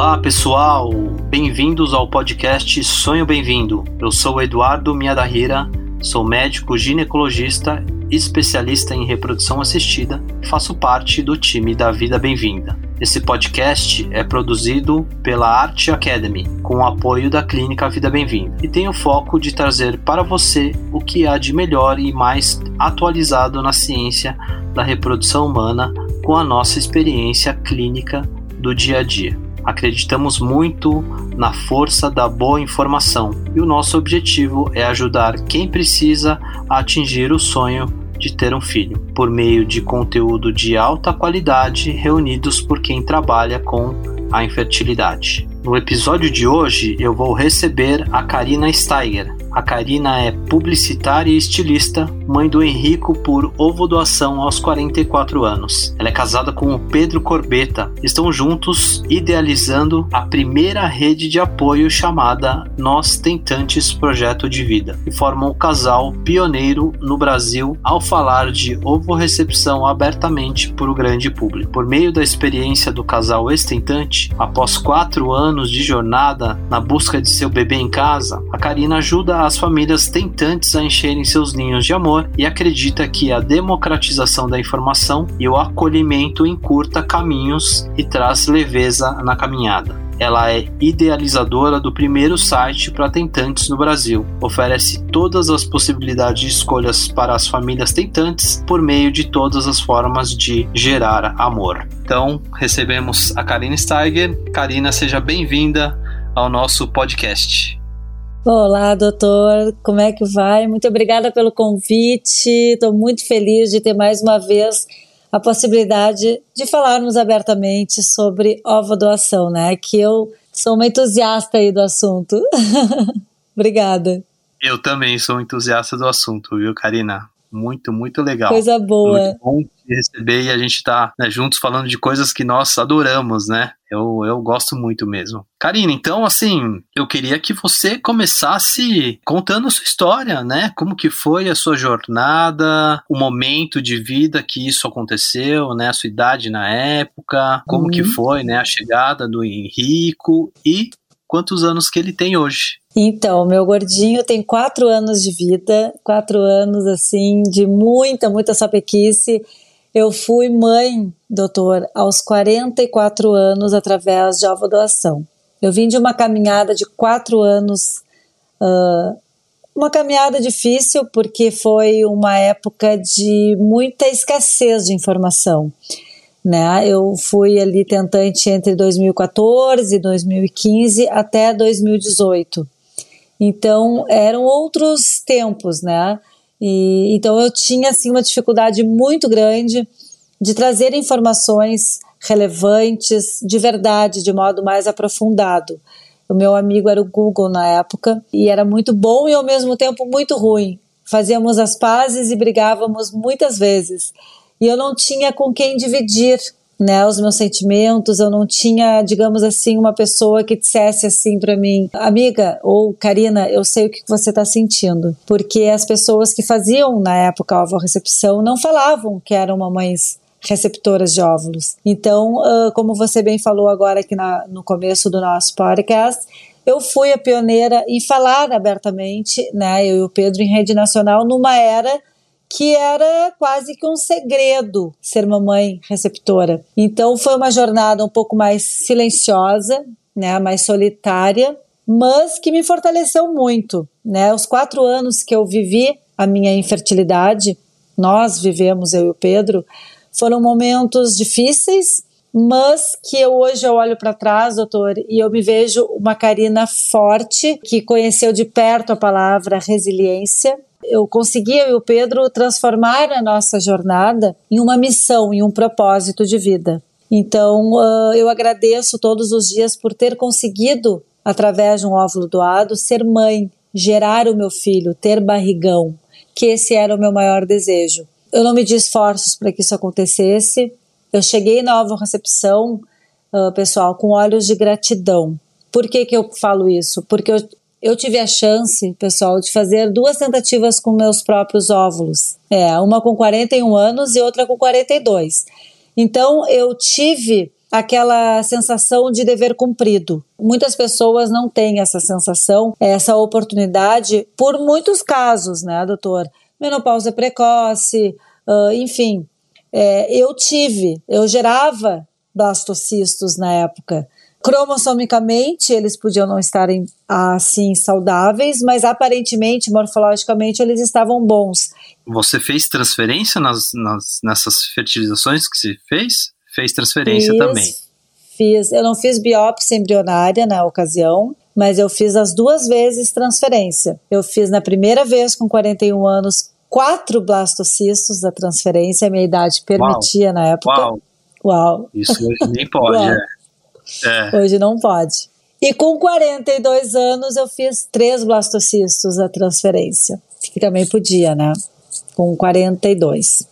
Olá pessoal, bem-vindos ao podcast Sonho Bem-vindo. Eu sou Eduardo Miyadahira, sou médico ginecologista, especialista em reprodução assistida e faço parte do time da Vida Bem-vinda. Esse podcast é produzido pela Art Academy, com o apoio da Clínica Vida Bem-vinda, e tem o foco de trazer para você o que há de melhor e mais atualizado na ciência da reprodução humana com a nossa experiência clínica do dia a dia. Acreditamos muito na força da boa informação e o nosso objetivo é ajudar quem precisa a atingir o sonho de ter um filho, por meio de conteúdo de alta qualidade reunidos por quem trabalha com a infertilidade. No episódio de hoje eu vou receber a Karina Steiger. A Karina é publicitária e estilista, mãe do Henrico por ovodoação aos 44 anos. Ela é casada com o Pedro Corbetta. Estão juntos idealizando a primeira rede de apoio chamada Nós Tentantes Projeto de Vida, e formam um casal pioneiro no Brasil ao falar de ovorrecepção abertamente para o grande público. Por meio da experiência do casal ex-tentante, após 4 anos de jornada na busca de seu bebê em casa, a Karina ajuda as famílias tentantes a encherem seus ninhos de amor e acredita que a democratização da informação e o acolhimento encurta caminhos e traz leveza na caminhada. Ela é idealizadora do primeiro site para tentantes no Brasil. Oferece todas as possibilidades de escolhas para as famílias tentantes por meio de todas as formas de gerar amor. Então, recebemos a Karina Steiger. Karina, seja bem-vinda ao nosso podcast. Olá, doutor, como é que vai? Muito obrigada pelo convite, estou muito feliz de ter mais uma vez a possibilidade de falarmos abertamente sobre ovodoação, né? Que eu sou uma entusiasta aí do assunto. Obrigada. Eu também sou entusiasta do assunto, viu, Karina? Muito, muito legal. Coisa boa. Muito bom te receber e a gente tá, né, juntos falando de coisas que nós adoramos, né? Eu gosto muito mesmo. Karina, então, assim, eu queria que você começasse contando a sua história, né? Como que foi a sua jornada, o momento de vida que isso aconteceu, né? A sua idade na época, como que foi, né? A chegada do Henrico e quantos anos que ele tem hoje. Então, meu gordinho tem 4 anos de vida, 4 anos, assim, de muita sapequice. Eu fui mãe, doutor, aos 44 anos através de ovodoação. Eu vim de uma caminhada de 4 anos, uma caminhada difícil, porque foi uma época de muita escassez de informação, né? Eu fui ali tentante entre 2014 e 2015 até 2018. Então, eram outros tempos, né? Então, eu tinha, assim, uma dificuldade muito grande de trazer informações relevantes, de verdade, de modo mais aprofundado. O meu amigo era o Google na época, e era muito bom e, ao mesmo tempo, muito ruim. Fazíamos as pazes e brigávamos muitas vezes. E eu não tinha com quem dividir, né, os meus sentimentos, eu não tinha, digamos assim, uma pessoa que dissesse assim para mim: amiga ou Karina, eu sei o que você está sentindo, porque as pessoas que faziam na época a ovorrecepção não falavam que eram mamães receptoras de óvulos. Então, como você bem falou agora aqui no começo do nosso podcast, eu fui a pioneira em falar abertamente, né, eu e o Pedro, em rede nacional, numa era que era quase que um segredo ser mamãe receptora. Então foi uma jornada um pouco mais silenciosa, né, mais solitária, mas que me fortaleceu muito, né? Os 4 anos que eu vivi a minha infertilidade, nós vivemos, eu e o Pedro, foram momentos difíceis, mas que hoje eu olho para trás, doutor, e eu me vejo uma Karina forte, que conheceu de perto a palavra resiliência. Eu consegui, eu e o Pedro, transformar a nossa jornada em uma missão, em um propósito de vida. Então, eu agradeço todos os dias por ter conseguido, através de um óvulo doado, ser mãe, gerar o meu filho, ter barrigão, que esse era o meu maior desejo. Eu não medi esforços para que isso acontecesse. Eu cheguei na ovorrecepção, pessoal, com olhos de gratidão. Por que eu falo isso? Porque eu tive a chance, pessoal, de fazer 2 tentativas com meus próprios óvulos. Uma com 41 anos e outra com 42. Então, eu tive aquela sensação de dever cumprido. Muitas pessoas não têm essa sensação, essa oportunidade, por muitos casos, né, doutor? Menopausa precoce, enfim. Eu gerava blastocistos na época. Cromossomicamente, eles podiam não estarem assim saudáveis, mas aparentemente, morfologicamente, eles estavam bons. Você fez transferência nessas fertilizações que você fez? Fez transferência também? Fiz. Eu não fiz biópsia embrionária na ocasião, mas eu fiz as 2 vezes transferência. Eu fiz na primeira vez com 41 anos 4 blastocistos da transferência, a minha idade permitia na época. Uau! Isso hoje nem pode, Hoje não pode. E com 42 anos eu fiz 3 blastocistos da transferência, que também podia, né? Com 42.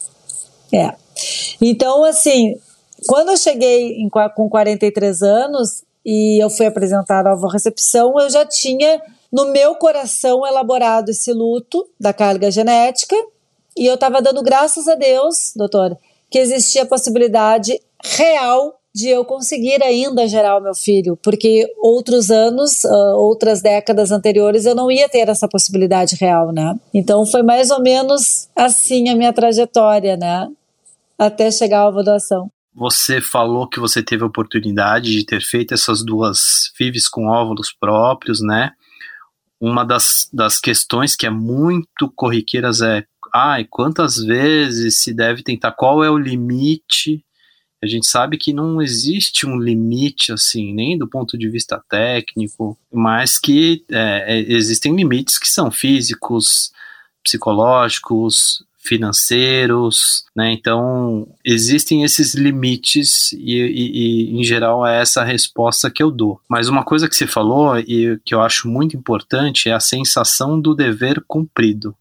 Então, assim, quando eu cheguei com 43 anos e eu fui apresentada à ovorrecepção, eu já tinha no meu coração elaborado esse luto da carga genética e eu estava dando graças a Deus, doutor, que existia a possibilidade real de eu conseguir ainda gerar o meu filho, porque outros anos, outras décadas anteriores, eu não ia ter essa possibilidade real, né? Então foi mais ou menos assim a minha trajetória, né? Até chegar à ovulação. Você falou que você teve a oportunidade de ter feito essas 2 FIVs com óvulos próprios, né? Uma das questões que é muito corriqueiras é quantas vezes se deve tentar, qual é o limite? A gente sabe que não existe um limite, assim, nem do ponto de vista técnico, mas que existem limites que são físicos, psicológicos, financeiros, né? Então, existem esses limites e, em geral, é essa a resposta que eu dou. Mas uma coisa que você falou e que eu acho muito importante é a sensação do dever cumprido.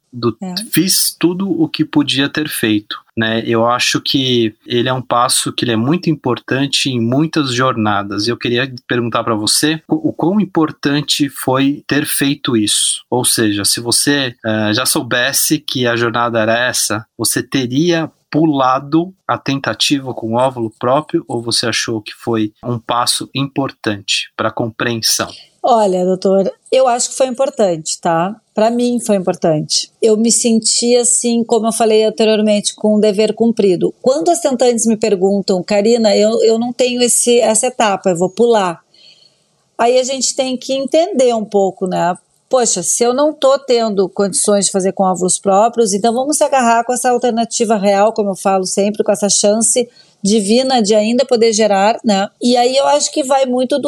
Fiz tudo o que podia ter feito, né? Eu acho que ele é um passo que ele é muito importante em muitas jornadas. Eu queria perguntar para você o quão importante foi ter feito isso. Ou seja, se você já soubesse que a jornada era essa, você teria pulado a tentativa com óvulo próprio ou você achou que foi um passo importante para a compreensão? Olha, doutor, eu acho que foi importante, tá? Para mim foi importante. Eu me senti assim, como eu falei anteriormente, com um dever cumprido. Quando as tentantes me perguntam, Karina, eu não tenho essa etapa, eu vou pular. Aí a gente tem que entender um pouco, né? Poxa, se eu não tô tendo condições de fazer com óvulos próprios, então vamos se agarrar com essa alternativa real, como eu falo sempre, com essa chance divina de ainda poder gerar, né? E aí eu acho que vai muito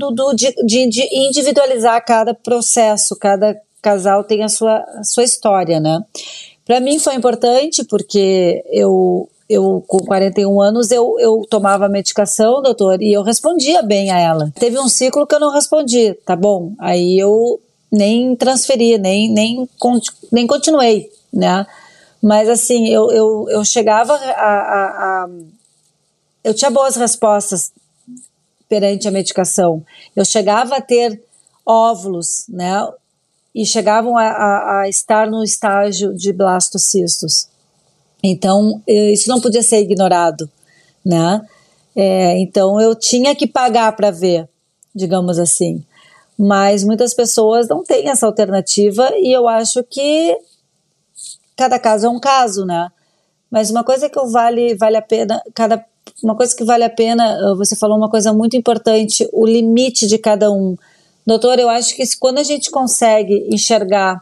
de individualizar cada processo, cada casal tem a sua história, né? Para mim foi importante porque eu com 41 anos, eu tomava medicação, doutor, e eu respondia bem a ela. Teve um ciclo que eu não respondi, tá bom? Aí eu nem transferi, nem continuei, né? Mas assim, eu chegava eu tinha boas respostas perante a medicação. Eu chegava a ter óvulos, né? E chegavam a estar no estágio de blastocistos. Então, isso não podia ser ignorado, né? Então, eu tinha que pagar para ver, digamos assim. Mas muitas pessoas não têm essa alternativa e eu acho que cada caso é um caso, né? Mas uma coisa que vale a pena, uma coisa que vale a pena, você falou uma coisa muito importante, o limite de cada um. Doutor, eu acho que quando a gente consegue enxergar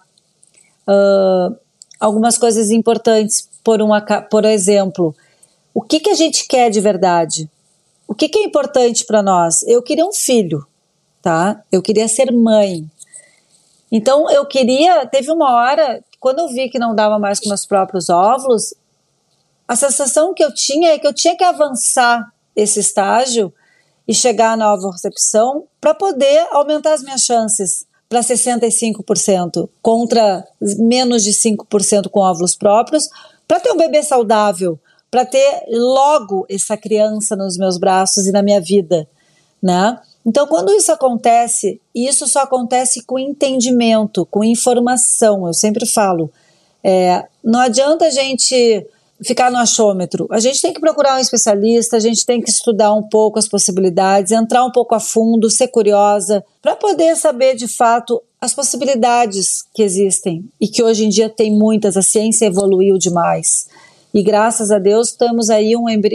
algumas coisas importantes, por exemplo, o que a gente quer de verdade? O que é importante para nós? Eu queria um filho, tá? Eu queria ser mãe. Então, teve uma hora, quando eu vi que não dava mais com meus próprios óvulos, a sensação que eu tinha é que eu tinha que avançar esse estágio e chegar na ovorecepção para poder aumentar as minhas chances para 65%, contra menos de 5% com óvulos próprios, para ter um bebê saudável, para ter logo essa criança nos meus braços e na minha vida, né? Então, quando isso acontece, e isso só acontece com entendimento, com informação, eu sempre falo, não adianta a gente ficar no achômetro. A gente tem que procurar um especialista, a gente tem que estudar um pouco as possibilidades, entrar um pouco a fundo, ser curiosa, para poder saber de fato as possibilidades que existem e que hoje em dia tem muitas, a ciência evoluiu demais. E graças a Deus temos aí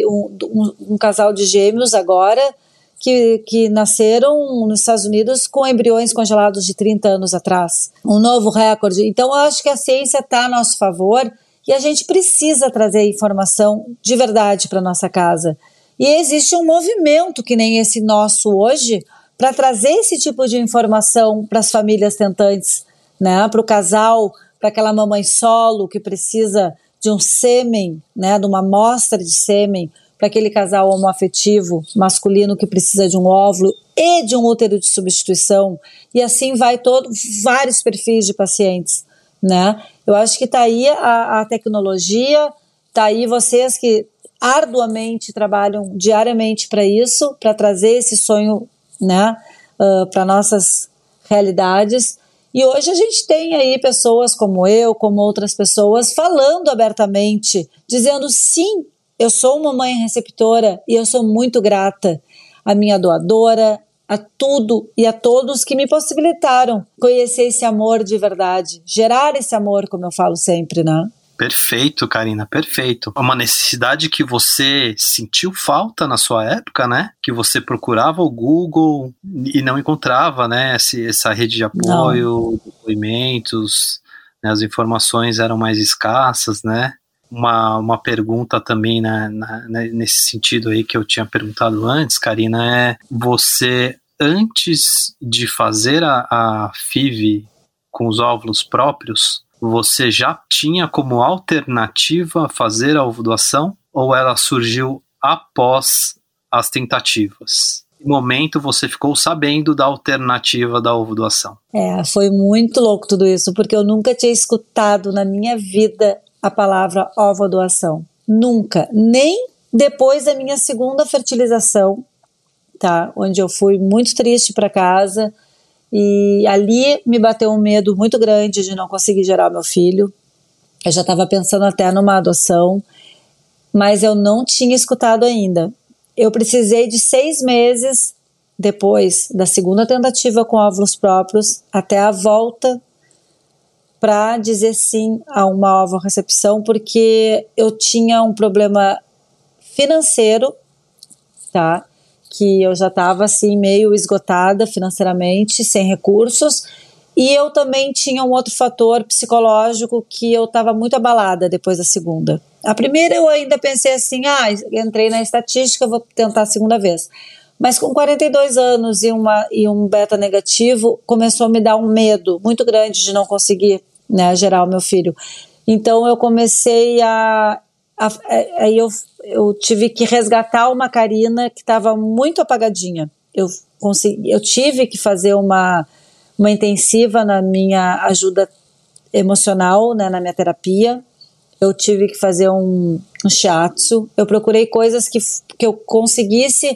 um casal de gêmeos agora que nasceram nos Estados Unidos com embriões congelados de 30 anos atrás. Um novo recorde. Então eu acho que a ciência está a nosso favor e a gente precisa trazer informação de verdade para nossa casa. E existe um movimento que nem esse nosso hoje para trazer esse tipo de informação para as famílias tentantes, né? Para o casal, para aquela mamãe solo que precisa de um sêmen, né? De uma amostra de sêmen, para aquele casal homoafetivo masculino que precisa de um óvulo e de um útero de substituição. E assim vai vários perfis de pacientes, né? Eu acho que está aí a tecnologia, está aí vocês que arduamente trabalham diariamente para isso, para trazer esse sonho, né, para nossas realidades. E hoje a gente tem aí pessoas como eu, como outras pessoas, falando abertamente, dizendo sim, eu sou uma mãe receptora e eu sou muito grata à minha doadora, a tudo e a todos que me possibilitaram conhecer esse amor de verdade, gerar esse amor, como eu falo sempre, né? Perfeito, Karina, perfeito. Uma necessidade que você sentiu falta na sua época, né? Que você procurava o Google e não encontrava, né? Essa rede de apoio, depoimentos, né? As informações eram mais escassas, né? Uma pergunta também nesse sentido aí que eu tinha perguntado antes, Karina, é você, antes de fazer a FIV com os óvulos próprios, você já tinha como alternativa fazer a ovodoação ou ela surgiu após as tentativas? Em que momento você ficou sabendo da alternativa da ovodoação? Foi muito louco tudo isso, porque eu nunca tinha escutado na minha vida a palavra ovodoação. Nunca. Nem depois da minha segunda fertilização, tá? Onde eu fui muito triste para casa. E ali me bateu um medo muito grande de não conseguir gerar meu filho. Eu já estava pensando até numa adoção, mas eu não tinha escutado ainda. Eu precisei de 6 meses depois da segunda tentativa com óvulos próprios, até a volta, para dizer sim a uma ovorecepção, porque eu tinha um problema financeiro, tá? Que eu já estava assim meio esgotada financeiramente, sem recursos, e eu também tinha um outro fator psicológico que eu estava muito abalada depois da segunda. A primeira eu ainda pensei assim, entrei na estatística, vou tentar a segunda vez. Mas com 42 anos e um beta negativo, começou a me dar um medo muito grande de não conseguir, né, gerar o meu filho. Então eu comecei aí eu tive que resgatar uma Karina que estava muito apagadinha. Eu tive que fazer uma intensiva na minha ajuda emocional, né, na minha terapia. Eu tive que fazer um shiatsu. Eu procurei coisas que eu conseguisse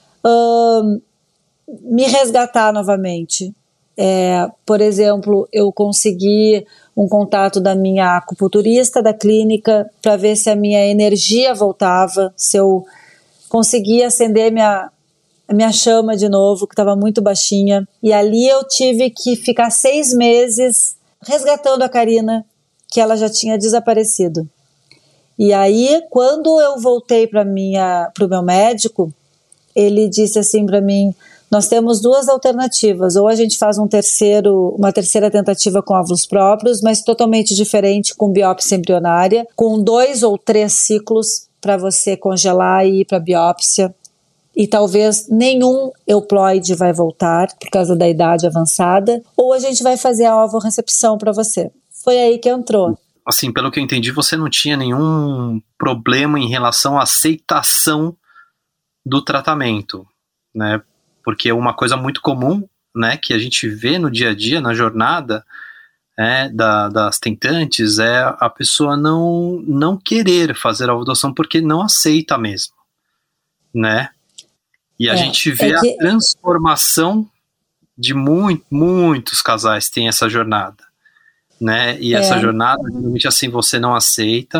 me resgatar novamente. Por exemplo, eu consegui um contato da minha acupunturista da clínica para ver se a minha energia voltava, se eu conseguia acender a minha chama de novo, que estava muito baixinha. E ali eu tive que ficar 6 meses resgatando a Karina, que ela já tinha desaparecido. E aí, quando eu voltei para o meu médico, ele disse assim para mim: nós temos 2 alternativas, ou a gente faz uma terceira tentativa com óvulos próprios, mas totalmente diferente, com biópsia embrionária, com 2 ou 3 ciclos para você congelar e ir para biópsia, e talvez nenhum euploide vai voltar por causa da idade avançada, ou a gente vai fazer a ovorecepção para você. Foi aí que entrou. Assim, pelo que eu entendi, você não tinha nenhum problema em relação à aceitação do tratamento, né? Porque uma coisa muito comum, né, que a gente vê no dia a dia, na jornada das tentantes, é a pessoa não querer fazer a ovodoação porque não aceita mesmo, né? E a gente vê a transformação de muitos casais tem essa jornada, né? E essa jornada, realmente assim, você não aceita,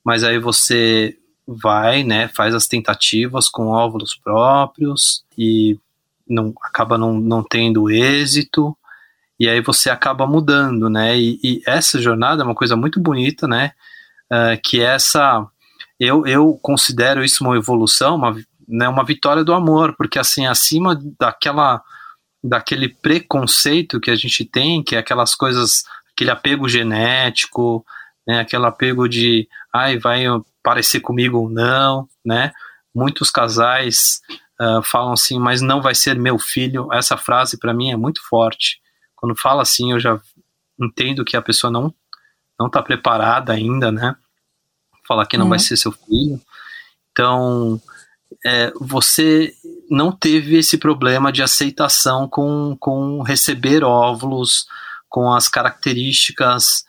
mas aí você vai, né, faz as tentativas com óvulos próprios e acaba não tendo êxito, e aí você acaba mudando, né, e essa jornada é uma coisa muito bonita, né, que eu considero isso uma evolução, uma vitória do amor, porque assim, acima daquele preconceito que a gente tem, que é aquelas coisas, aquele apego genético, né, aquele apego de, vai parecer comigo ou não, né, muitos casais falam assim, mas não vai ser meu filho. Essa frase para mim é muito forte. Quando fala assim, eu já entendo que a pessoa não está preparada ainda, né, falar que não vai ser seu filho. Então, você não teve esse problema de aceitação com receber óvulos, com as características,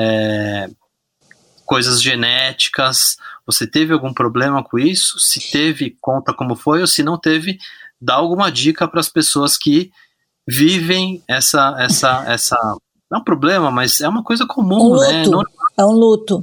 coisas genéticas. Você teve algum problema com isso? Se teve, conta como foi, ou se não teve, dá alguma dica para as pessoas que vivem essa não é um problema, mas é uma coisa comum, né? É um luto.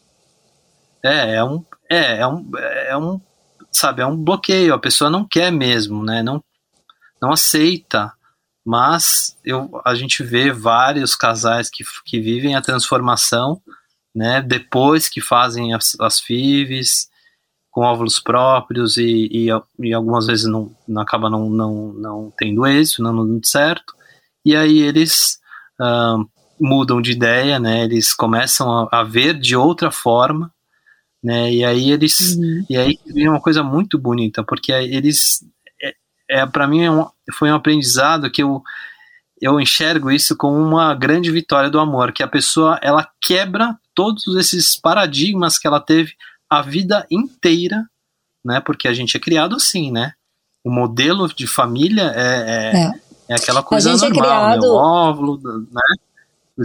Sabe, é um bloqueio, a pessoa não quer mesmo, né, não aceita, mas a gente vê vários casais que vivem a transformação, né, depois que fazem as FIVs com óvulos próprios e algumas vezes acaba não tendo êxito, não dando certo, e aí eles mudam de ideia, né, eles começam a ver de outra forma, né, e aí vem uma coisa muito bonita, porque eles, para mim foi um aprendizado que eu enxergo isso como uma grande vitória do amor, que a pessoa, ela quebra todos esses paradigmas que ela teve a vida inteira, né, porque a gente é criado assim, né, o modelo de família é aquela coisa normal, né, o óvulo, né,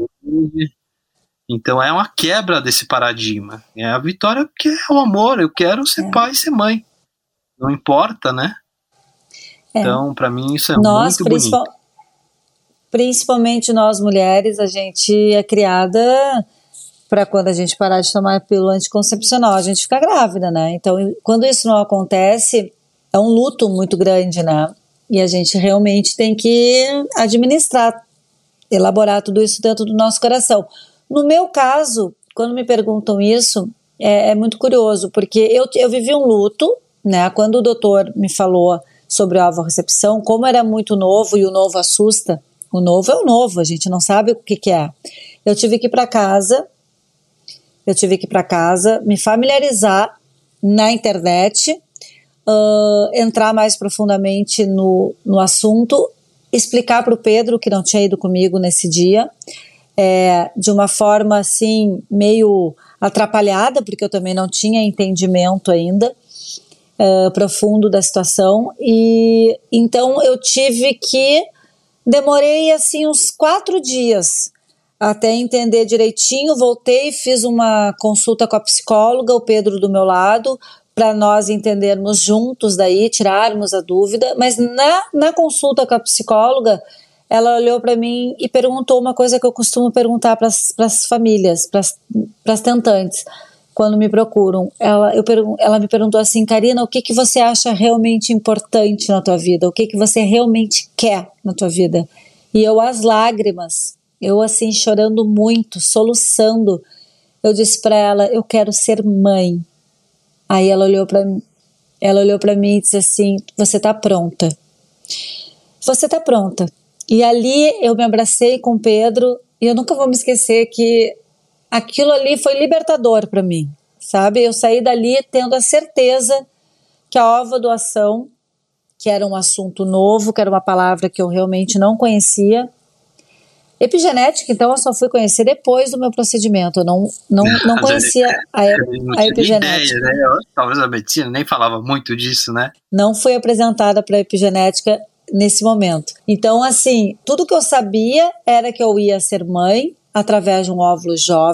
então é uma quebra desse paradigma. É a vitória que é o amor. Eu quero ser pai e ser mãe. Não importa, né? Então, para mim, isso é muito bonito. Principalmente nós mulheres, a gente é criada para quando a gente parar de tomar pílula anticoncepcional, a gente fica grávida, né? Então, quando isso não acontece, é um luto muito grande, né? E a gente realmente tem que administrar, elaborar tudo isso dentro do nosso coração. No meu caso, quando me perguntam isso, é muito curioso, porque eu vivi um luto, né? Quando o doutor me falou sobre a ovorecepção, como era muito novo e o novo assusta, o novo é o novo, a gente não sabe o que é. Eu tive que ir para casa, me familiarizar na internet, entrar mais profundamente no assunto, explicar para o Pedro, que não tinha ido comigo nesse dia, de uma forma assim meio atrapalhada, porque eu também não tinha entendimento ainda profundo da situação, e então eu demorei assim uns 4 dias até entender direitinho. Voltei, fiz uma consulta com a psicóloga, o Pedro do meu lado, para nós entendermos juntos daí, tirarmos a dúvida, mas na consulta com a psicóloga, ela olhou para mim e perguntou uma coisa que eu costumo perguntar para as famílias, para as tentantes, quando me procuram. Ela me perguntou assim: Karina, o que você acha realmente importante na tua vida? O que você realmente quer na tua vida? E eu, às lágrimas, eu assim chorando muito, soluçando, eu disse para ela: eu quero ser mãe. Aí ela olhou para mim e disse assim: você está pronta. Você está pronta. E ali eu me abracei com o Pedro, e eu nunca vou me esquecer que aquilo ali foi libertador para mim, sabe? Eu saí dali tendo a certeza que a ovodoação, que era um assunto novo, que era uma palavra que eu realmente não conhecia. Epigenética, então, eu só fui conhecer depois do meu procedimento. Eu não conhecia a epigenética. Ideia, né? Talvez a medicina nem falava muito disso, né? Não fui apresentada para a epigenética nesse momento. Então, assim, tudo que eu sabia era que eu ia ser mãe através de um óvulo jovem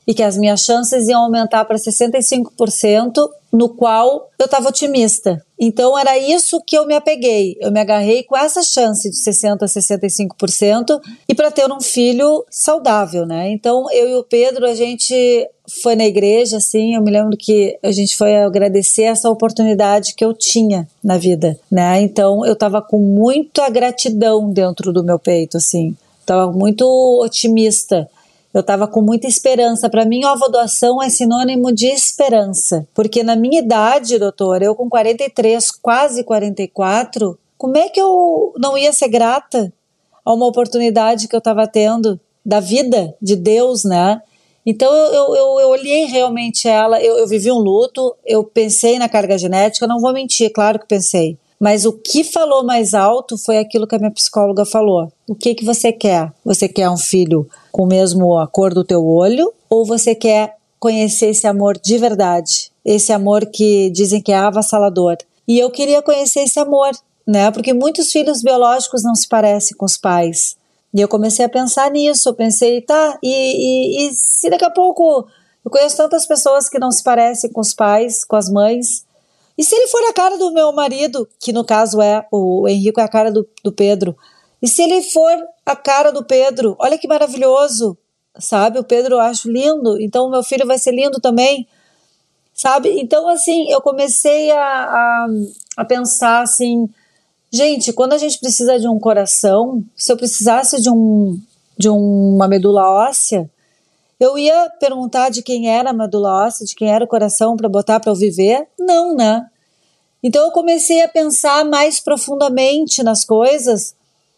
e que as minhas chances iam aumentar para 65%, no qual eu estava otimista. Então era isso que eu me apeguei, eu me agarrei com essa chance de 60% a 65% e para ter um filho saudável, né? Então eu e o Pedro, a gente foi na igreja, assim, eu me lembro que a gente foi agradecer essa oportunidade que eu tinha na vida, né? Então eu estava com muita gratidão dentro do meu peito, assim, estava muito otimista. Eu estava com muita esperança. Para mim, ovodoação é sinônimo de esperança. Porque na minha idade, doutor, eu com 43, quase 44, como é que eu não ia ser grata a uma oportunidade que eu estava tendo da vida, de Deus, né? Então eu olhei realmente ela, eu vivi um luto, eu pensei na carga genética, não vou mentir, claro que pensei. Mas o que falou mais alto foi aquilo que a minha psicóloga falou. O que você quer? Você quer um filho com o mesmo a cor do teu olho? Ou você quer conhecer esse amor de verdade? Esse amor que dizem que é avassalador. E eu queria conhecer esse amor, né? Porque muitos filhos biológicos não se parecem com os pais. E eu comecei a pensar nisso. Eu pensei, tá, e se daqui a pouco eu conheço tantas pessoas que não se parecem com os pais, com as mães, e se ele for a cara do meu marido, que no caso é o Henrico, é a cara do Pedro, e se ele for a cara do Pedro, olha que maravilhoso, sabe? O Pedro eu acho lindo, então o meu filho vai ser lindo também, sabe? Então, assim, eu comecei a pensar assim, gente, quando a gente precisa de um coração, se eu precisasse de uma medula óssea, eu ia perguntar de quem era a medula óssea, de quem era o coração para botar para eu viver? Não, né? Então eu comecei a pensar mais profundamente nas coisas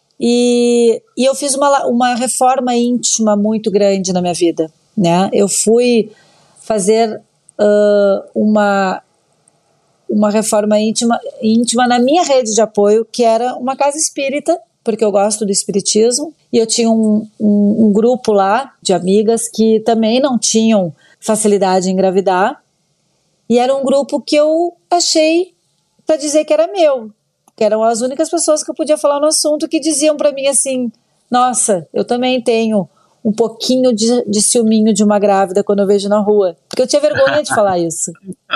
e eu fiz uma reforma íntima muito grande na minha vida, né? Eu fui fazer uma reforma íntima na minha rede de apoio, que era uma casa espírita, porque eu gosto do espiritismo, e eu tinha um grupo lá de amigas que também não tinham facilidade em engravidar, e era um grupo que eu achei para dizer que era meu, que eram as únicas pessoas que eu podia falar no assunto, que diziam para mim assim, nossa, eu também tenho um pouquinho de ciúminho de uma grávida quando eu vejo na rua, porque eu tinha vergonha de falar isso,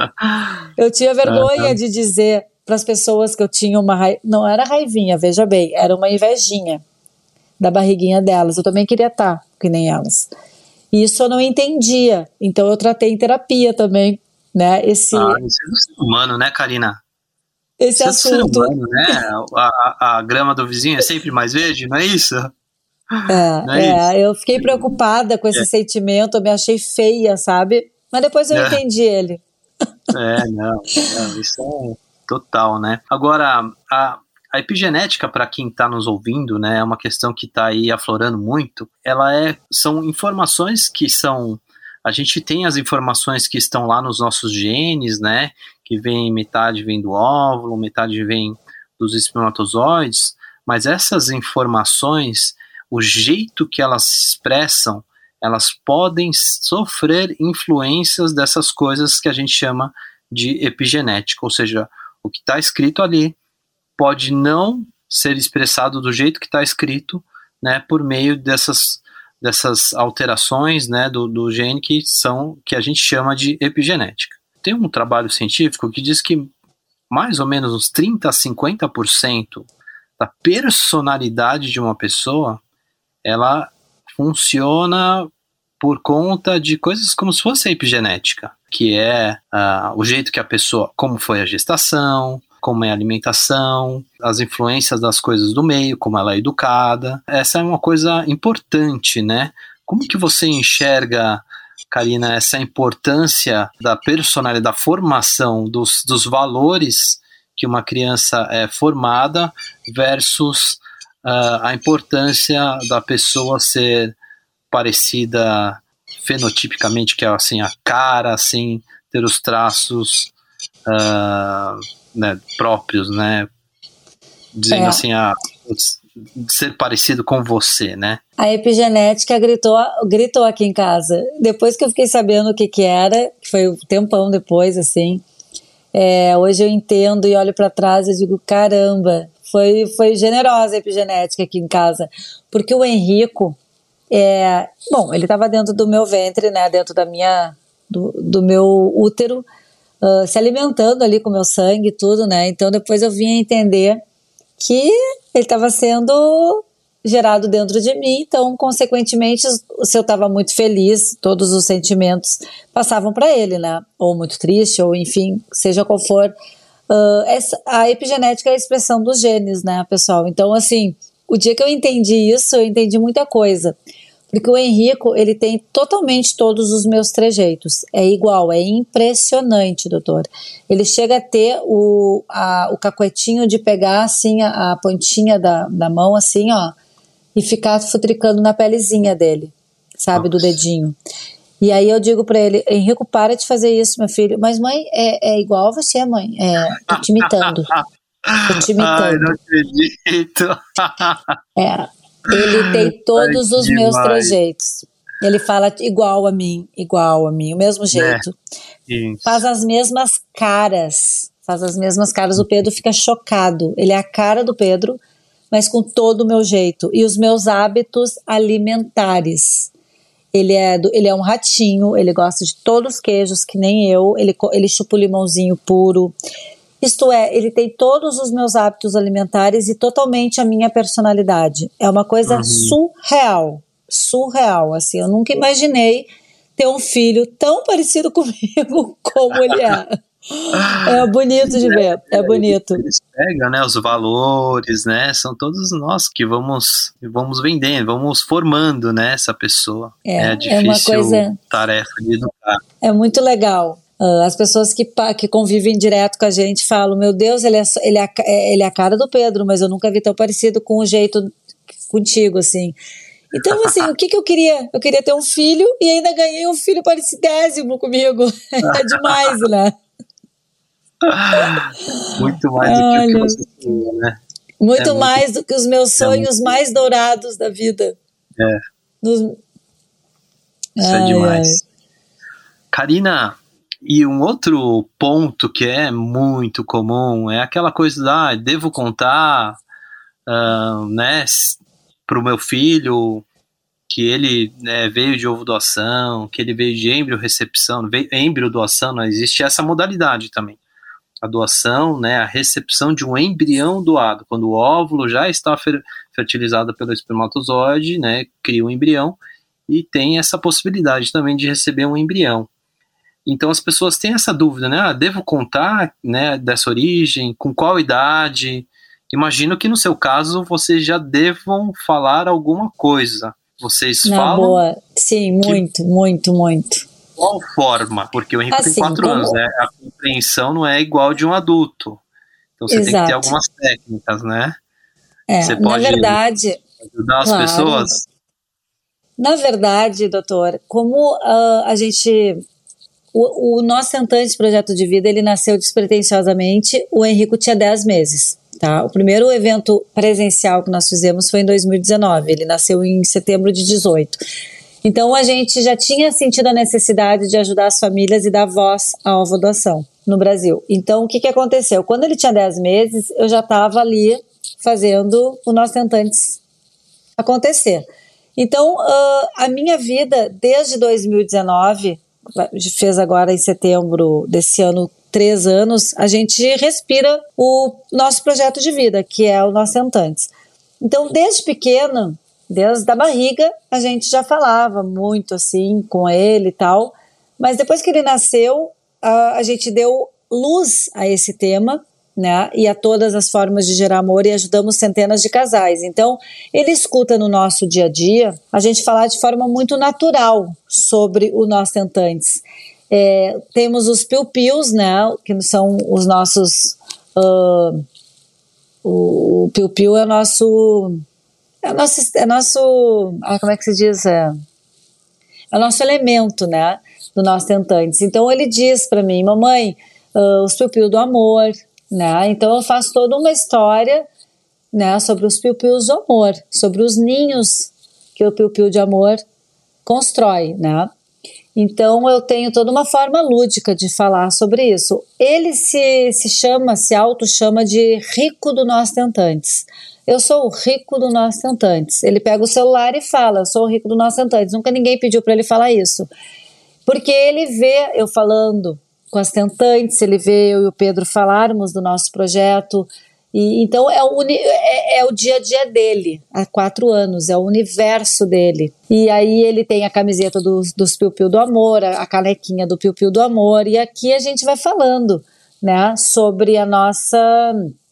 eu tinha vergonha de dizer para as pessoas que eu tinha não era raivinha, veja bem, era uma invejinha da barriguinha delas, eu também queria estar que nem elas, e isso eu não entendia, então eu tratei em terapia também, né, esse é do ser humano, né, Karina? Esse Isso é do assunto. ser humano, né? A grama do vizinho é sempre mais verde, não é isso? Não é isso? Eu fiquei preocupada com esse sentimento, eu me achei feia, sabe? Mas depois eu entendi ele. Não, isso é total, né? Agora, a epigenética, para quem está nos ouvindo, né, é uma questão que está aí aflorando muito. São informações que são... A gente tem as informações que estão lá nos nossos genes, né? Que metade vem do óvulo, metade vem dos espermatozoides, mas essas informações, o jeito que elas se expressam, elas podem sofrer influências dessas coisas que a gente chama de epigenética, ou seja, o que está escrito ali pode não ser expressado do jeito que está escrito, né, por meio dessas alterações, né, do gene que a gente chama de epigenética. Tem um trabalho científico que diz que mais ou menos uns 30% a 50% da personalidade de uma pessoa, ela funciona por conta de coisas como se fosse a epigenética, que é o jeito que a pessoa, como foi a gestação, como é a alimentação, as influências das coisas do meio, como ela é educada. Essa é uma coisa importante, né? Como que você enxerga, Karina, essa importância da personalidade, da formação dos valores que uma criança é formada versus a importância da pessoa ser parecida fenotipicamente, que é assim, a cara, assim, ter os traços né, próprios, né? Dizendo assim, ser parecido com você, né? A epigenética gritou aqui em casa. Depois que eu fiquei sabendo o que era, que foi um tempão depois, assim, hoje eu entendo e olho para trás e digo, caramba, foi generosa a epigenética aqui em casa. Porque o Henrico, Bom, ele estava dentro do meu ventre, né, dentro do meu útero, se alimentando ali com o meu sangue e tudo, né, então depois eu vim a entender que ele estava sendo gerado dentro de mim, então consequentemente se eu estava muito feliz, todos os sentimentos passavam para ele, né, ou muito triste, ou enfim, seja qual for. A epigenética é a expressão dos genes, né, pessoal, então assim, o dia que eu entendi isso, eu entendi muita coisa. Porque o Henrico, ele tem totalmente todos os meus trejeitos. É igual, é impressionante, doutor. Ele chega a ter o cacuetinho de pegar, assim, a pontinha da mão, assim, ó, e ficar futricando na pelezinha dele, sabe, do dedinho. E aí eu digo pra ele, Henrico, para de fazer isso, meu filho. Mas, mãe, é igual a você, mãe. Tô te imitando. Tô te imitando. Ai, não acredito. Ele tem todos os meus trejeitos. Ele fala igual a mim, o mesmo jeito. Faz as mesmas caras. O Pedro fica chocado. Ele é a cara do Pedro, mas com todo o meu jeito. E os meus hábitos alimentares. Ele é um ratinho, ele gosta de todos os queijos, que nem eu. Ele chupa o limãozinho puro. Isto é, ele tem todos os meus hábitos alimentares e totalmente a minha personalidade. É uma coisa surreal, assim, eu nunca imaginei ter um filho tão parecido comigo como ele é. É bonito de ver, é bonito. Eles pegam, né, os valores, né, são todos nós que vamos vendendo, vamos formando, né, essa pessoa. É difícil tarefa de educar. É muito legal. As pessoas que convivem direto com a gente falam, meu Deus, ele é a cara do Pedro, mas eu nunca vi tão parecido com o jeito contigo, assim. Então, assim, o que eu queria? Eu queria ter um filho e ainda ganhei um filho parecidésimo comigo. É demais, né? Muito mais do que o que você queria, né? Muito mais do que os meus sonhos mais dourados da vida. Isso é demais. Karina, e um outro ponto que é muito comum é aquela coisa devo contar, né, para o meu filho que ele, né, veio de ovo doação, que ele veio de embrião recepção, embrião doação, não existe essa modalidade também. A doação, né, a recepção de um embrião doado, quando o óvulo já está fertilizado pelo espermatozoide, né, cria um embrião e tem essa possibilidade também de receber um embrião. Então as pessoas têm essa dúvida, né? Devo contar, né, dessa origem? Com qual idade? Imagino que no seu caso vocês já devam falar alguma coisa. Vocês falam? Boa, sim, muito. Qual forma? Porque o Henrique tem 4 anos, né? A compreensão não é igual de um adulto. Então você tem que ter algumas técnicas, né? Você pode, na verdade, ajudar as pessoas? Na verdade, doutor, como a gente... O Nós Tentantes Projeto de Vida, ele nasceu despretensiosamente, o Henrico tinha 10 meses, tá? O primeiro evento presencial que nós fizemos foi em 2019, ele nasceu em setembro de 18. Então a gente já tinha sentido a necessidade de ajudar as famílias e dar voz à ovodoação no Brasil. Então o que aconteceu? Quando ele tinha 10 meses, eu já estava ali fazendo o Nós Tentantes acontecer. Então a minha vida, desde 2019... fez agora em setembro desse ano 3 anos, a gente respira o nosso projeto de vida, que é o Nós Tentantes. Então, desde pequeno, desde a barriga, a gente já falava muito assim com ele e tal, mas depois que ele nasceu, a gente deu luz a esse tema, né, e a todas as formas de gerar amor, e ajudamos centenas de casais. Então, ele escuta no nosso dia a dia a gente falar de forma muito natural sobre o Nós Tentantes. Temos os piu-pius, né, que são os nossos... o piu-piu é nosso... como é que se diz? É o nosso elemento, né, do Nós Tentantes. Então, ele diz para mim, mamãe, os piu-piu do amor... né? Então eu faço toda uma história, né, sobre os piu-pius do amor, sobre os ninhos que o piu-piu de amor constrói, né? Então eu tenho toda uma forma lúdica de falar sobre isso. Ele se auto-chama de rico do Nós Tentantes. eu sou o rico do Nossos Tentantes. Ele pega o celular e fala, eu sou o rico do Nossos Tentantes. Nunca ninguém pediu para ele falar isso. Porque ele vê eu falando com as tentantes, ele vê eu e o Pedro falarmos do nosso projeto. E, então é o dia a dia dele, há 4 anos, é o universo dele. E aí ele tem a camiseta dos Piu Piu do Amor, a canequinha do Piu Piu do Amor, e aqui a gente vai falando, né, sobre a nossa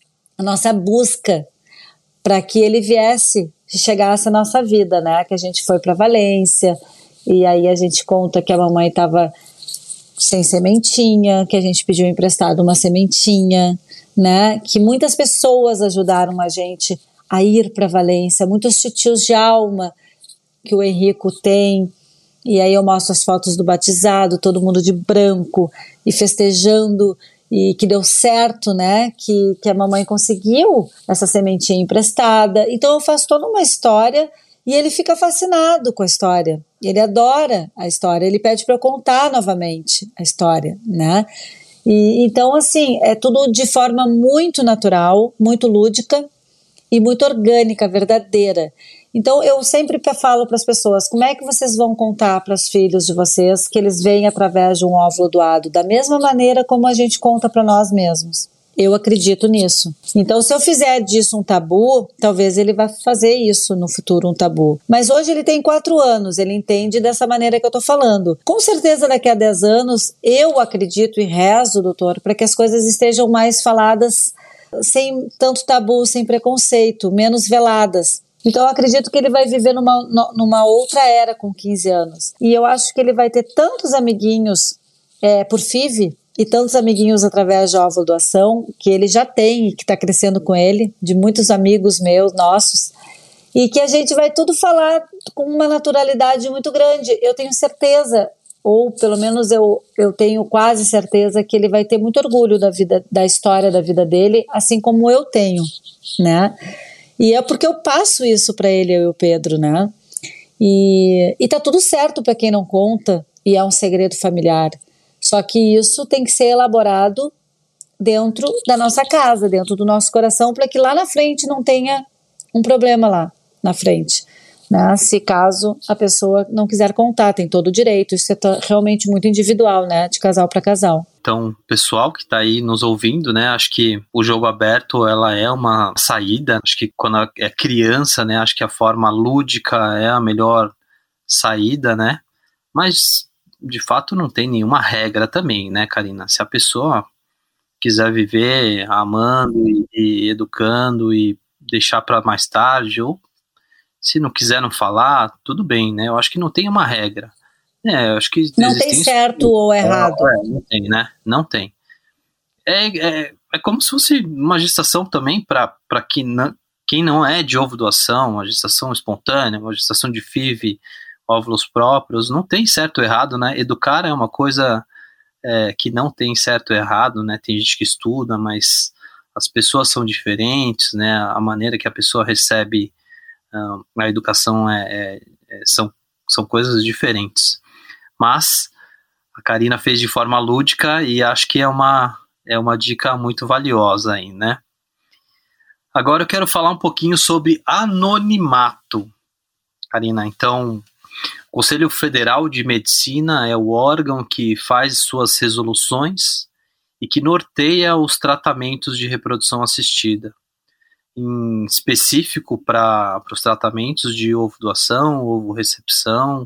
busca para que ele chegasse à nossa vida, né, que a gente foi para Valência, e aí a gente conta que a mamãe estava sem sementinha, que a gente pediu emprestado uma sementinha, né? Que muitas pessoas ajudaram a gente a ir para Valência, muitos titios de alma que o Henrico tem, e aí eu mostro as fotos do batizado, todo mundo de branco e festejando, e que deu certo, né? Que a mamãe conseguiu essa sementinha emprestada. Então eu faço toda uma história e ele fica fascinado com a história, ele adora a história, ele pede para eu contar novamente a história, né? E, então, assim, é tudo de forma muito natural, muito lúdica e muito orgânica, verdadeira. Então, eu sempre falo para as pessoas, como é que vocês vão contar para os filhos de vocês que eles veem através de um óvulo doado? Da mesma maneira como a gente conta para nós mesmos. Eu acredito nisso. Então, se eu fizer disso um tabu, talvez ele vá fazer isso no futuro, um tabu. Mas hoje ele tem 4 anos, ele entende dessa maneira que eu estou falando. Com certeza, daqui a 10 anos, eu acredito e rezo, doutor, para que as coisas estejam mais faladas sem tanto tabu, sem preconceito, menos veladas. Então, eu acredito que ele vai viver numa outra era com 15 anos. E eu acho que ele vai ter tantos amiguinhos por FIV, e tantos amiguinhos através de óvulo doação, que ele já tem e que está crescendo com ele, de muitos amigos meus, nossos, e que a gente vai tudo falar com uma naturalidade muito grande. Eu tenho certeza, ou pelo menos eu tenho quase certeza que ele vai ter muito orgulho da história da vida dele, assim como eu tenho, né? E é porque eu passo isso para ele, eu e o Pedro, né? E tá tudo certo para quem não conta, e é um segredo familiar. Só que isso tem que ser elaborado dentro da nossa casa, dentro do nosso coração, para que lá na frente não tenha um problema lá na frente, né? Se caso a pessoa não quiser contar, tem todo o direito. Isso é realmente muito individual, né? De casal para casal. Então, pessoal que está aí nos ouvindo, né? Acho que o jogo aberto, ela é uma saída. Acho que quando é criança, né? Acho que a forma lúdica é a melhor saída, né? Mas de fato não tem nenhuma regra também, né, Karina? Se a pessoa quiser viver amando e educando e deixar para mais tarde, ou se não quiser não falar, tudo bem, né? Eu acho que não tem uma regra. Eu acho que não tem certo ou errado. Não tem, né? Não tem. É como se fosse uma gestação também para quem não é de ovo doação, uma gestação espontânea, uma gestação de FIV, óvulos próprios, não tem certo ou errado, né? Educar é uma coisa que não tem certo ou errado, né? Tem gente que estuda, mas as pessoas são diferentes, né? A maneira que a pessoa recebe a educação são coisas diferentes. Mas a Karina fez de forma lúdica e acho que é uma dica muito valiosa aí, né? Agora eu quero falar um pouquinho sobre anonimato, Karina. Então, o Conselho Federal de Medicina é o órgão que faz suas resoluções e que norteia os tratamentos de reprodução assistida. Em específico para os tratamentos de ovo doação, ovo recepção,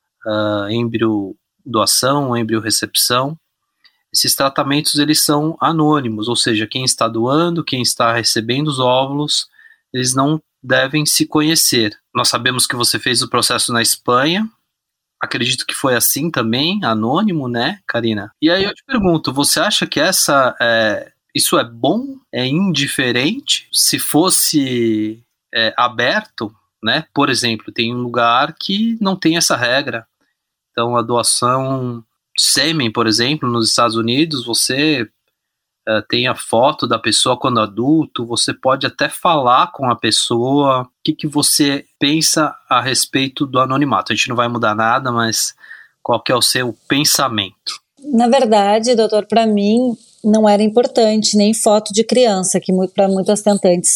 êmbrio doação, êmbrio recepção. Esses tratamentos eles são anônimos, ou seja, quem está doando, quem está recebendo os óvulos, eles não devem se conhecer. Nós sabemos que você fez o processo na Espanha, acredito que foi assim também, anônimo, né, Karina? E aí eu te pergunto, você acha que isso é bom? É indiferente? Se fosse aberto, né, por exemplo, tem um lugar que não tem essa regra. Então a doação de sêmen, por exemplo, nos Estados Unidos, você tem a foto da pessoa quando adulto, você pode até falar com a pessoa. O que você pensa a respeito do anonimato? A gente não vai mudar nada, mas qual que é o seu pensamento? Na verdade, doutor, para mim não era importante nem foto de criança, que para muitas tentantes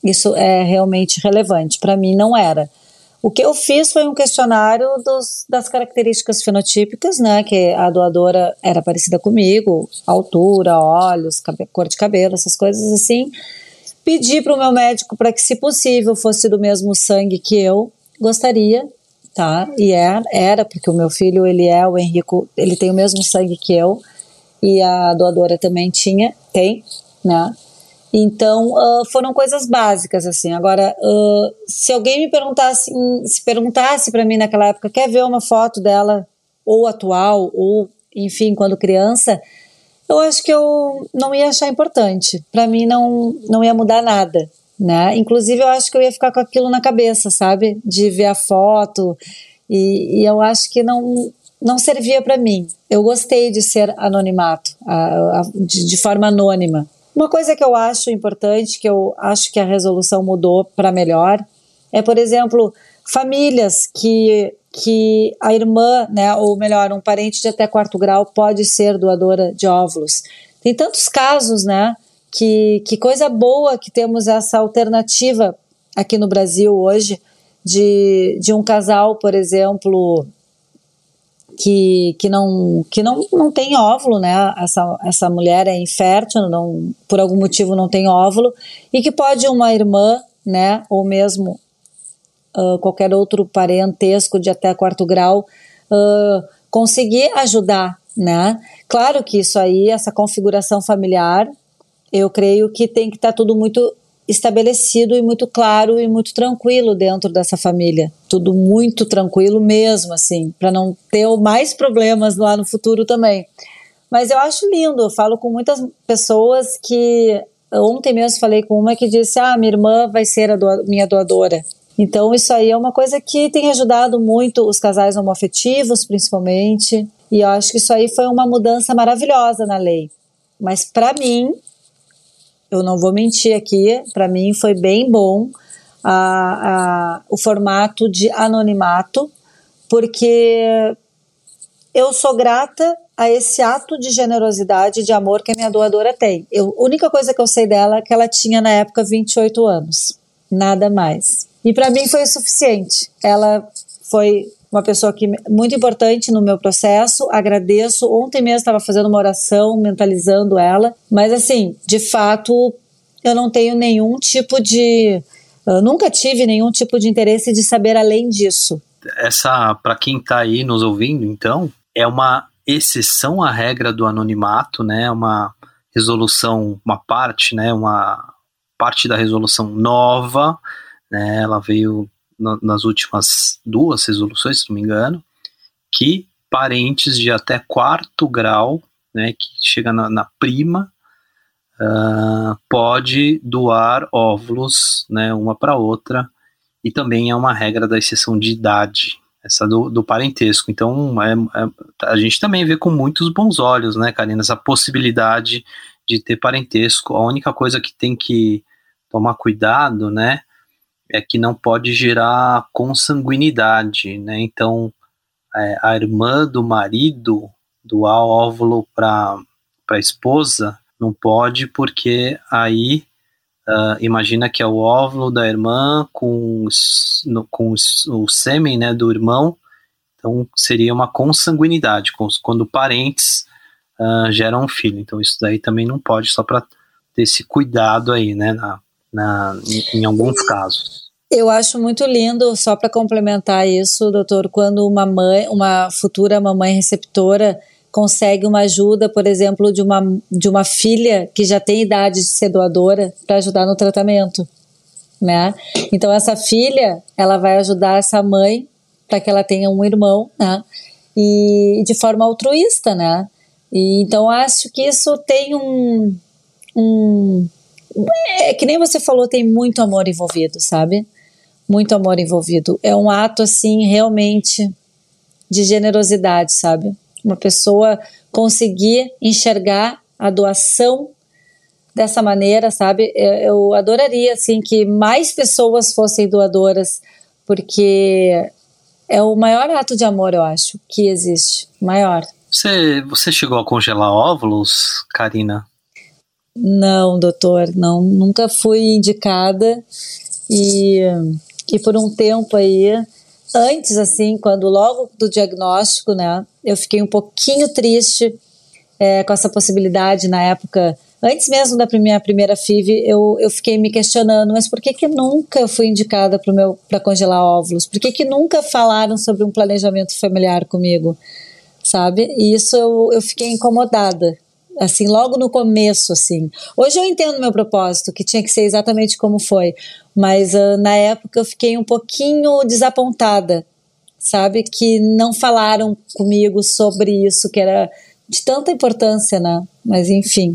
isso é realmente relevante. Para mim não era. O que eu fiz foi um questionário das características fenotípicas, né, que a doadora era parecida comigo, altura, olhos, cor de cabelo, essas coisas assim. Pedi para o meu médico para que, se possível, fosse do mesmo sangue que eu gostaria, tá? E era porque o meu filho, o Henrico, ele tem o mesmo sangue que eu, e a doadora também tem, né? Então, foram coisas básicas, assim. Agora, se alguém me perguntasse para mim naquela época, quer ver uma foto dela, ou atual, ou, enfim, quando criança, eu acho que eu não ia achar importante. Para mim, não ia mudar nada, né? Inclusive, eu acho que eu ia ficar com aquilo na cabeça, sabe? De ver a foto, e eu acho que não servia para mim. Eu gostei de ser anonimato, de forma anônima. Uma coisa que eu acho importante, que eu acho que a resolução mudou para melhor, é, por exemplo, famílias que a irmã, né, ou melhor, um parente de até 4º grau pode ser doadora de óvulos. Tem tantos casos, né, que coisa boa que temos essa alternativa aqui no Brasil hoje, de um casal, por exemplo, que não tem óvulo, né? Essa mulher é infértil, por algum motivo não tem óvulo, e que pode uma irmã, né? Ou mesmo qualquer outro parentesco de até 4º grau conseguir ajudar, né? Claro que isso aí, essa configuração familiar, eu creio que tem que estar tudo muito estabelecido e muito claro e muito tranquilo dentro dessa família, tudo muito tranquilo mesmo, assim, para não ter mais problemas lá no futuro também. Mas eu acho lindo, eu falo com muitas pessoas que, ontem mesmo falei com uma que disse, minha irmã vai ser minha doadora. Então isso aí é uma coisa que tem ajudado muito os casais homoafetivos, principalmente, e eu acho que isso aí foi uma mudança maravilhosa na lei. Mas para mim, eu não vou mentir aqui, para mim foi bem bom o formato de anonimato, porque eu sou grata a esse ato de generosidade e de amor que a minha doadora tem. A única coisa que eu sei dela é que ela tinha na época 28 anos, nada mais. E para mim foi o suficiente. Ela foi uma pessoa muito importante no meu processo, agradeço. Ontem mesmo estava fazendo uma oração, mentalizando ela, mas assim, de fato, eu não tenho nenhum tipo de... nunca tive nenhum tipo de interesse de saber além disso. Essa, para quem está aí nos ouvindo, então, é uma exceção à regra do anonimato, né? Uma resolução, uma parte da resolução nova, né? Ela veio nas últimas 2 resoluções, se não me engano, que parentes de até 4º grau, né, que chega na prima, pode doar óvulos, né, uma para outra, e também é uma regra da exceção de idade, essa do parentesco. Então a gente também vê com muitos bons olhos, né, Karina, essa possibilidade de ter parentesco. A única coisa que tem que tomar cuidado, né, é que não pode gerar consanguinidade, né? Então, a irmã do marido doar óvulo para a esposa não pode, porque aí imagina que é o óvulo da irmã com o sêmen, né, do irmão, então seria uma consanguinidade, quando parentes geram um filho. Então isso daí também não pode, só para ter esse cuidado aí, né, em alguns casos. Eu acho muito lindo, só para complementar isso, doutor, quando uma futura mamãe receptora consegue uma ajuda, por exemplo, de uma filha que já tem idade de ser doadora para ajudar no tratamento, né? Então essa filha, ela vai ajudar essa mãe para que ela tenha um irmão, né? E de forma altruísta, né? E então acho que isso tem que nem você falou, tem muito amor envolvido, sabe? Muito amor envolvido. É um ato, assim, realmente de generosidade, sabe? Uma pessoa conseguir enxergar a doação dessa maneira, sabe? Eu adoraria, assim, que mais pessoas fossem doadoras, porque é o maior ato de amor, eu acho, que existe. Maior. Você chegou a congelar óvulos, Karina? Não, doutor, não, nunca fui indicada e por um tempo aí, antes assim, quando logo do diagnóstico, né, eu fiquei um pouquinho triste com essa possibilidade na época, antes mesmo da minha primeira FIV, eu fiquei me questionando, mas por que nunca eu fui indicada para congelar óvulos? Por que nunca falaram sobre um planejamento familiar comigo, sabe? E isso eu fiquei incomodada. Assim, logo no começo, assim. Hoje eu entendo meu propósito, que tinha que ser exatamente como foi, mas na época eu fiquei um pouquinho desapontada, sabe? Que não falaram comigo sobre isso, que era de tanta importância, né? Mas enfim.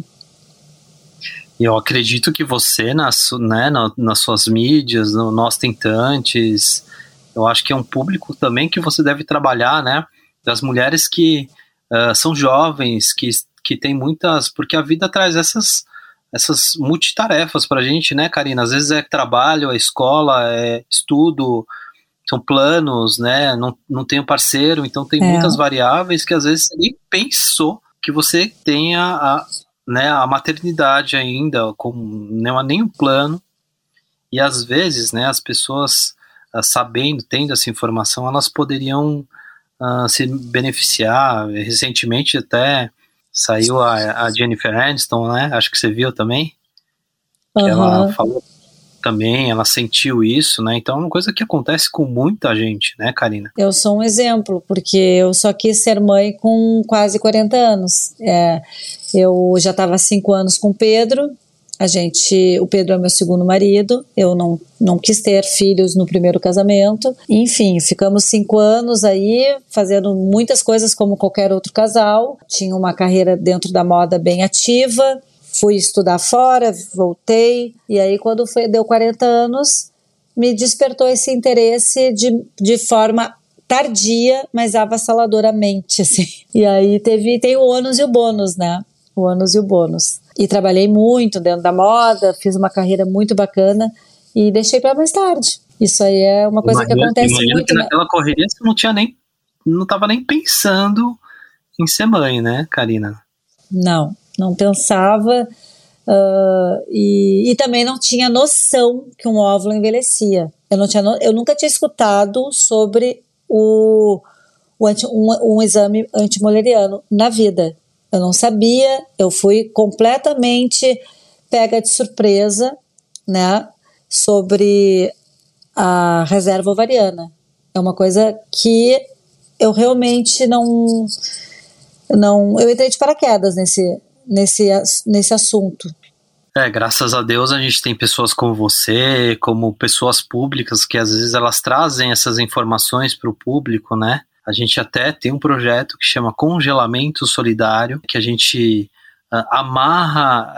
Eu acredito que você, nas suas mídias, no Nós Tentantes, eu acho que é um público também que você deve trabalhar, né? Das mulheres que são jovens, que tem muitas... Porque a vida traz essas multitarefas pra gente, né, Karina? Às vezes é trabalho, é escola, é estudo, são planos, né? Não tem um parceiro, então tem muitas variáveis que às vezes você nem pensou que você tenha a maternidade ainda, não há nenhum plano. E às vezes, né, as pessoas tendo essa informação, elas poderiam se beneficiar. Recentemente até saiu a Jennifer Aniston, né? Acho que você viu também. Que ela falou também, ela sentiu isso, né? Então é uma coisa que acontece com muita gente, né, Karina? Eu sou um exemplo, porque eu só quis ser mãe com quase 40 anos. Eu já estava há 5 anos com o Pedro. O Pedro é meu segundo marido. Eu não quis ter filhos no primeiro casamento. Enfim, ficamos 5 anos aí fazendo muitas coisas como qualquer outro casal. Tinha uma carreira dentro da moda bem ativa. Fui estudar fora, voltei. E aí quando deu 40 anos, me despertou esse interesse de forma tardia, mas avassaladoramente, assim. E aí tem o ônus e o bônus, né? O ônus e o bônus. E trabalhei muito dentro da moda, fiz uma carreira muito bacana e deixei para mais tarde. Isso aí é uma coisa que acontece muito. Que naquela correria você não estava nem pensando em ser mãe, né, Karina? Não pensava e também não tinha noção que um óvulo envelhecia. Eu nunca tinha escutado sobre um exame antimoleriano na vida. Eu não sabia, eu fui completamente pega de surpresa, né, sobre a reserva ovariana. É uma coisa que eu realmente eu entrei de paraquedas nesse assunto. Graças a Deus a gente tem pessoas como você, como pessoas públicas, que às vezes elas trazem essas informações para o público, né? A gente até tem um projeto que chama Congelamento Solidário, que a gente amarra,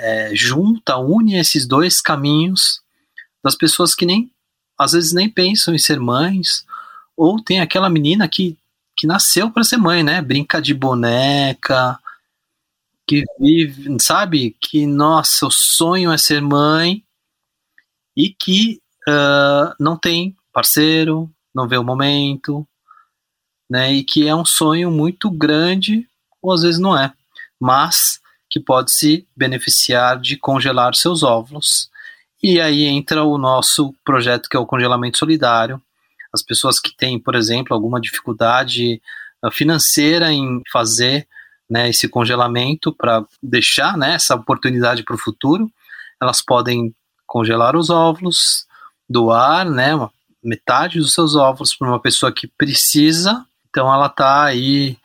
une esses dois caminhos das pessoas que às vezes nem pensam em ser mães, ou tem aquela menina que nasceu para ser mãe, né? Brinca de boneca, que vive, sabe? Que, nossa, o sonho é ser mãe e que não tem parceiro, não vê o momento, né? E que é um sonho muito grande, ou às vezes não é, mas que pode se beneficiar de congelar seus óvulos. E aí entra o nosso projeto, que é o Congelamento Solidário. As pessoas que têm, por exemplo, alguma dificuldade financeira em fazer, né, esse congelamento para deixar, né, essa oportunidade para o futuro, elas podem congelar os óvulos, doar, né, metade dos seus óvulos para uma pessoa que precisa. Então ela está aí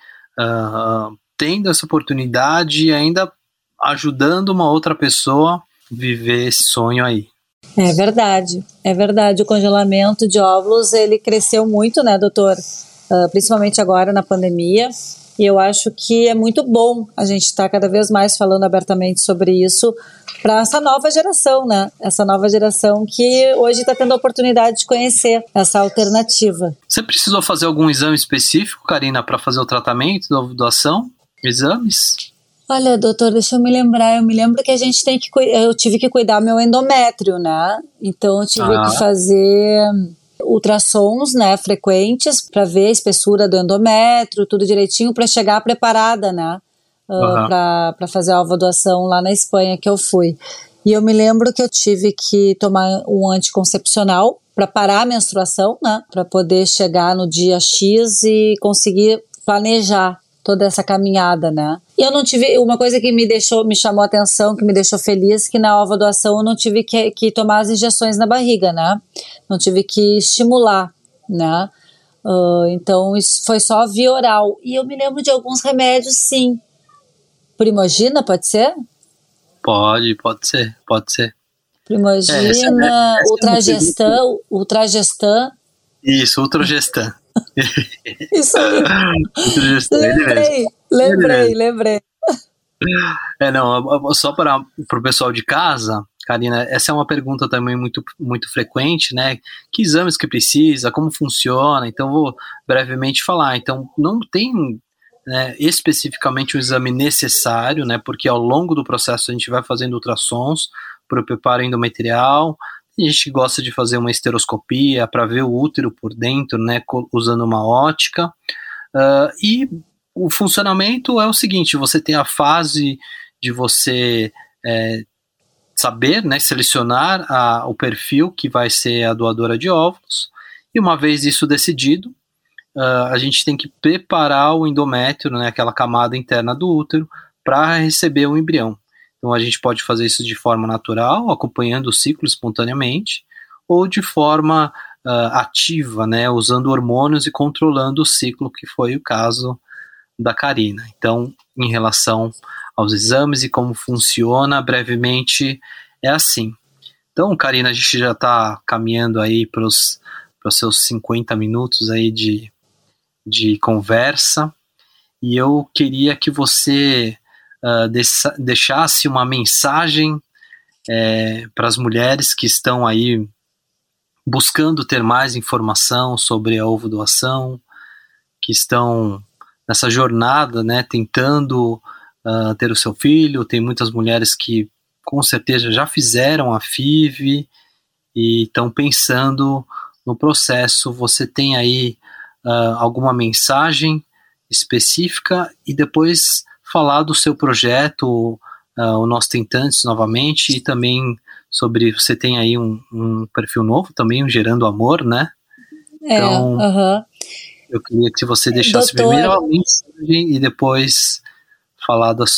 tendo essa oportunidade e ainda ajudando uma outra pessoa a viver esse sonho aí. É verdade. O congelamento de óvulos, ele cresceu muito, né, doutor? Principalmente agora na pandemia. E eu acho que é muito bom a gente estar cada vez mais falando abertamente sobre isso para essa nova geração, né? Essa nova geração que hoje está tendo a oportunidade de conhecer essa alternativa. Você precisou fazer algum exame específico, Karina, para fazer o tratamento da ovulação? Exames? Olha, doutor, deixa eu me lembrar. Eu me lembro que eu tive que cuidar do meu endométrio, né? Então eu tive que fazer ultrassons, né, frequentes, para ver a espessura do endométrio, tudo direitinho, para chegar preparada, né, para fazer a ovodoação lá na Espanha que eu fui. E eu me lembro que eu tive que tomar um anticoncepcional para parar a menstruação, né? Para poder chegar no dia X e conseguir planejar toda essa caminhada, né? E eu não tive, uma coisa que me chamou a atenção, que me deixou feliz, que na ovodoação eu não tive que tomar as injeções na barriga, né? Não tive que estimular, né? Então isso foi só via oral. E eu me lembro de alguns remédios, sim. Primogina, pode ser? Pode ser. Primogina, Ultragestan. Isso, Ultragestan. Isso aí. Lembrei. Só para o pessoal de casa, Karina, essa é uma pergunta também muito, muito frequente, né? Que exames que precisa, como funciona, então vou brevemente falar. Então, não tem, né, especificamente um exame necessário, né? Porque ao longo do processo a gente vai fazendo ultrassons para o preparo endometrial. A gente gosta de fazer uma esteroscopia para ver o útero por dentro, né, usando uma ótica. E o funcionamento é o seguinte: você tem a fase de você saber, né, selecionar o perfil que vai ser a doadora de óvulos, e uma vez isso decidido, a gente tem que preparar o endométrio, né, aquela camada interna do útero, para receber o embrião. Então a gente pode fazer isso de forma natural, acompanhando o ciclo espontaneamente, ou de forma ativa, né, usando hormônios e controlando o ciclo, que foi o caso da Karina. Então, em relação aos exames e como funciona, brevemente é assim. Então, Karina, a gente já está caminhando aí para os seus 50 minutos aí de conversa, e eu queria que você deixasse uma mensagem para as mulheres que estão aí buscando ter mais informação sobre a ovodoação, que estão nessa jornada, né, tentando ter o seu filho. Tem muitas mulheres que com certeza já fizeram a FIV e estão pensando no processo. Você tem aí alguma mensagem específica? E depois falar do seu projeto, o Nós Tentantes, novamente, e também sobre, você tem aí um perfil novo também, um Gerando Amor, né? Então, eu queria que você deixasse primeiro a mensagem e depois falar dos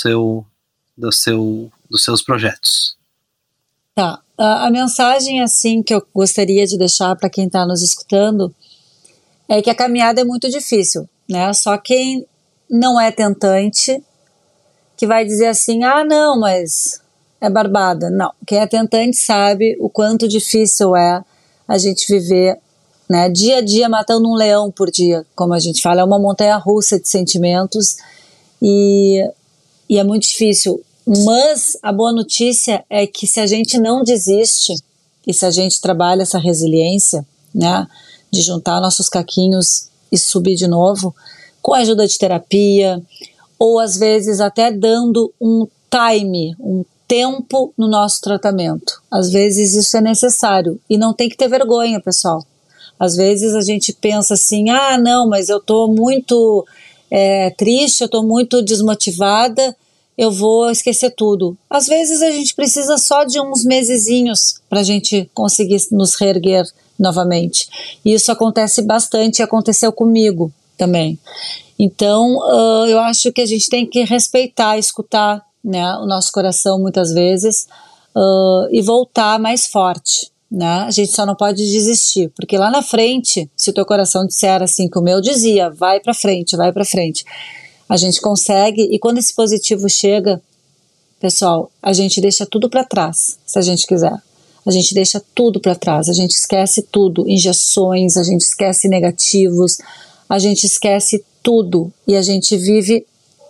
seus projetos. Tá. A mensagem, assim, que eu gostaria de deixar para quem está nos escutando é que a caminhada é muito difícil, né? Só quem não é tentante que vai dizer assim, não, mas é barbada. Não, quem é tentante sabe o quanto difícil é a gente viver, né, dia a dia matando um leão por dia, como a gente fala. É uma montanha-russa de sentimentos e é muito difícil. Mas a boa notícia é que se a gente não desiste e se a gente trabalha essa resiliência, né, de juntar nossos caquinhos e subir de novo, com a ajuda de terapia, ou às vezes até dando um time, um tempo no nosso tratamento. Às vezes isso é necessário e não tem que ter vergonha, pessoal. Às vezes a gente pensa assim, não, mas eu estou muito triste, eu estou muito desmotivada, eu vou esquecer tudo. Às vezes a gente precisa só de uns mesezinhos para a gente conseguir nos reerguer novamente. E isso acontece bastante, aconteceu comigo também. Então, eu acho que a gente tem que respeitar, escutar, né, o nosso coração muitas vezes e voltar mais forte, né? A gente só não pode desistir, porque lá na frente, se o teu coração disser assim, que o meu dizia, vai pra frente, a gente consegue. E quando esse positivo chega, pessoal, a gente deixa tudo para trás, se a gente quiser. A gente deixa tudo para trás, a gente esquece tudo, injeções, a gente esquece negativos, a gente esquece tudo e a gente vive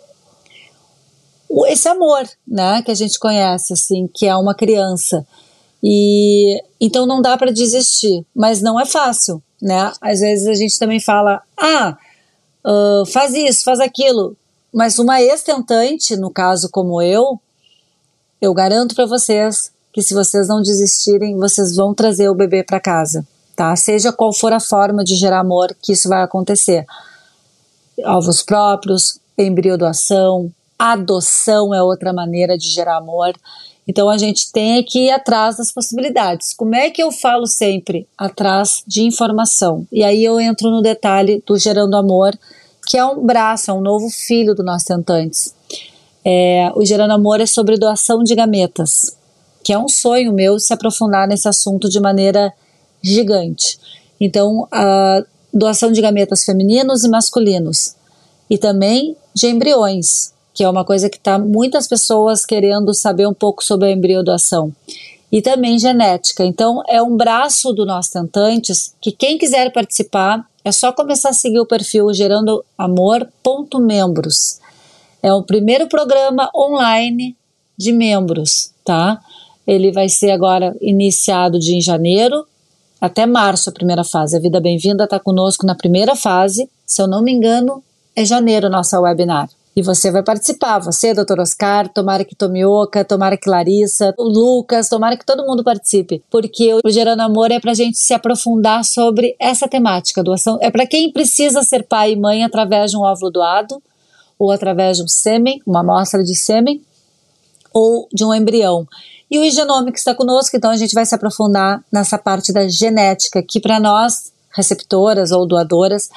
esse amor, né, que a gente conhece, assim, que é uma criança. E então não dá para desistir, mas não é fácil, né? Às vezes a gente também fala, faz isso, faz aquilo, mas uma ex-tentante, no caso como eu garanto para vocês que se vocês não desistirem, vocês vão trazer o bebê para casa, tá? Seja qual for a forma de gerar amor que isso vai acontecer. Ovos próprios, embriodoação, adoção é outra maneira de gerar amor. Então a gente tem que ir atrás das possibilidades. Como é que eu falo sempre? Atrás de informação. E aí eu entro no detalhe do Gerando Amor, que é um braço, é um novo filho do Nós Tentantes. O Gerando Amor é sobre doação de gametas, que é um sonho meu se aprofundar nesse assunto de maneira gigante. Então, a doação de gametas femininos e masculinos, e também de embriões, que é uma coisa que está muitas pessoas querendo saber um pouco sobre a embriodoação, e também genética. Então, é um braço do Nós Tentantes, que quem quiser participar, é só começar a seguir o perfil gerandoamor.membros. É o primeiro programa online de membros, tá? Ele vai ser agora iniciado em janeiro até março, a primeira fase. A Vida Bem-vinda está conosco na primeira fase. Se eu não me engano, é janeiro nossa webinar. E você vai participar. Você, Dr. Oscar, tomara que Tomioka, tomara que Larissa, o Lucas, tomara que todo mundo participe. Porque o Gerando Amor é para a gente se aprofundar sobre essa temática. Doação é para quem precisa ser pai e mãe através de um óvulo doado, ou através de um sêmen, uma amostra de sêmen, ou de um embrião. E o Igenomics está conosco, então a gente vai se aprofundar nessa parte da genética, que para nós, receptoras ou doadoras,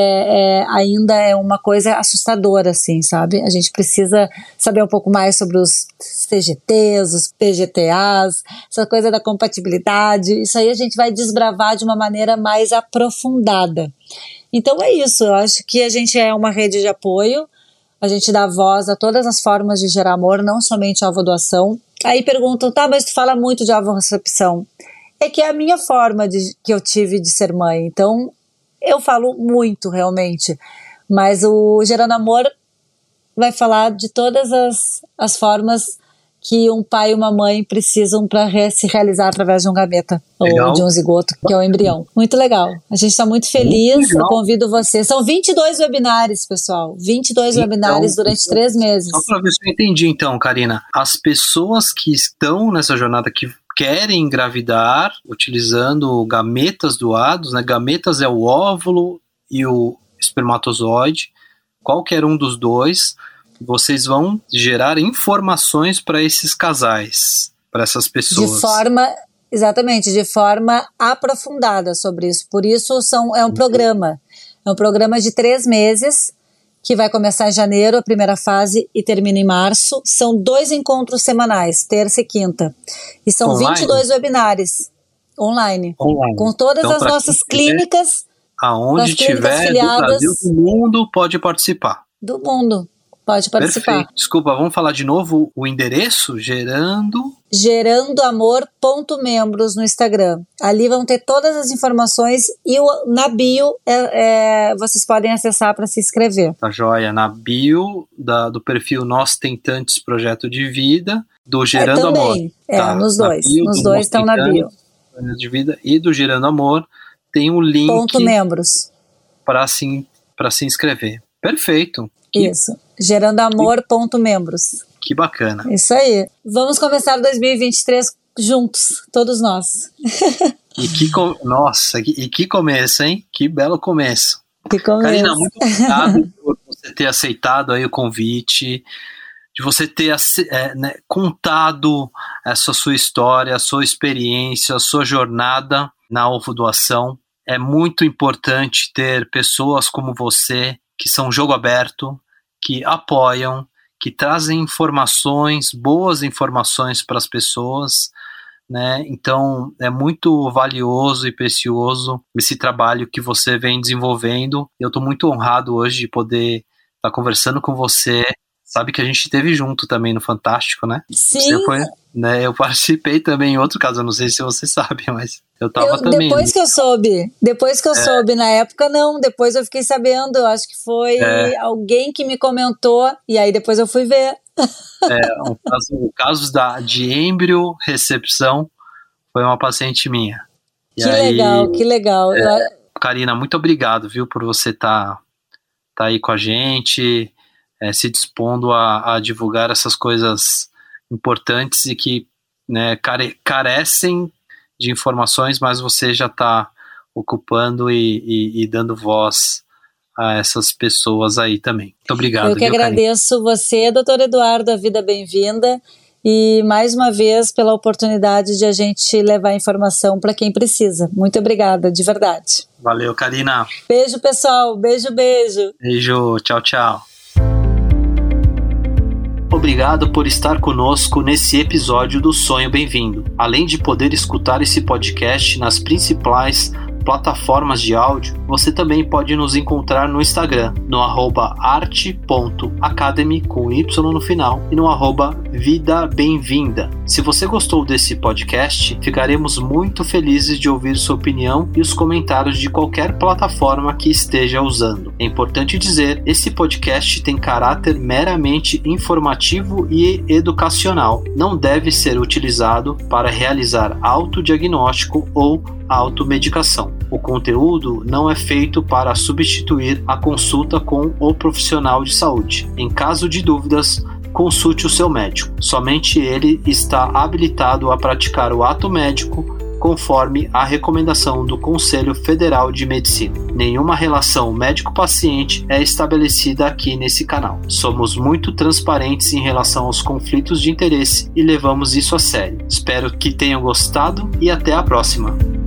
ainda é uma coisa assustadora, assim, sabe? A gente precisa saber um pouco mais sobre os CGTs, os PGTAs, essa coisa da compatibilidade. Isso aí a gente vai desbravar de uma maneira mais aprofundada. Então é isso, eu acho que a gente é uma rede de apoio, a gente dá voz a todas as formas de gerar amor, não somente a ovodoação. Aí perguntam, tá, mas tu fala muito de ovorecepção. É que é a minha forma que eu tive de ser mãe, então eu falo muito realmente, mas o Gerando Amor vai falar de todas as formas que um pai e uma mãe precisam para se realizar através de um gameta. Legal. Ou de um zigoto, que é o embrião. Muito legal. A gente está muito feliz, eu convido você. São 22 webinários, pessoal. 22 webinários durante 3 meses. Só para ver se eu entendi então, Karina. As pessoas que estão nessa jornada, que querem engravidar utilizando gametas doados, né? Gametas é o óvulo e o espermatozoide, qualquer um dos dois, vocês vão gerar informações para esses casais, para essas pessoas. Exatamente, de forma aprofundada sobre isso. Por isso é um programa de 3 meses, que vai começar em janeiro, a primeira fase, e termina em março. São 2 encontros semanais, terça e quinta. E são online? 22 webinários online. Com todas as nossas clínicas. Aonde tiver, do Brasil, do mundo, pode participar. Do mundo. Pode participar. Perfeito. Desculpa, vamos falar de novo o endereço? Gerandoamor.membros no Instagram. Ali vão ter todas as informações e na bio vocês podem acessar para se inscrever. Tá joia. Na bio do perfil Nós Tentantes Projeto de Vida, do Gerando Amor. Tá? Nos dois. Nos dois estão na bio. De Vida e do Gerando Amor tem um link .membros para se inscrever. Perfeito. Isso. Gerandoamor.membros. Que bacana. Isso aí. Vamos começar 2023 juntos, todos nós. Nossa, e que começo, hein? Que belo começo. Que começo. Karina, muito obrigado por você ter aceitado aí o convite, de você ter contado essa sua história, a sua experiência, a sua jornada na ovodoação. É muito importante ter pessoas como você, que são jogo aberto, que apoiam, que trazem informações, boas informações para as pessoas, né? Então é muito valioso e precioso esse trabalho que você vem desenvolvendo. Eu estou muito honrado hoje de poder estar conversando com você. Sabe que a gente esteve junto também no Fantástico, né? Sim. Você foi, né? Eu participei também em outro caso, eu não sei se você sabe, mas eu estava também. Depois que eu soube, na época não, depois eu fiquei sabendo, eu acho que foi alguém que me comentou, e aí depois eu fui ver. O caso de embriorecepção foi uma paciente minha. Que legal. Karina, muito obrigado, viu, por você tá aí com a gente, se dispondo a divulgar essas coisas importantes e que, né, carecem de informações, mas você já está ocupando e dando voz a essas pessoas aí também. Muito obrigado. Eu que agradeço você, doutor Eduardo, a vida bem-vinda. E mais uma vez pela oportunidade de a gente levar informação para quem precisa. Muito obrigada, de verdade. Valeu, Karina. Beijo, pessoal. Beijo, beijo. Beijo, tchau, tchau. Obrigado por estar conosco nesse episódio do Sonho Bem-vindo. Além de poder escutar esse podcast nas principais plataformas de áudio, você também pode nos encontrar no Instagram, no @arte.academy com Y no final e no @vida bem-vinda. Se você gostou desse podcast, ficaremos muito felizes de ouvir sua opinião e os comentários de qualquer plataforma que esteja usando. É importante dizer, esse podcast tem caráter meramente informativo e educacional. Não deve ser utilizado para realizar autodiagnóstico ou automedicação. O conteúdo não é feito para substituir a consulta com o profissional de saúde. Em caso de dúvidas, consulte o seu médico. Somente ele está habilitado a praticar o ato médico conforme a recomendação do Conselho Federal de Medicina. Nenhuma relação médico-paciente é estabelecida aqui nesse canal. Somos muito transparentes em relação aos conflitos de interesse e levamos isso a sério. Espero que tenham gostado e até a próxima.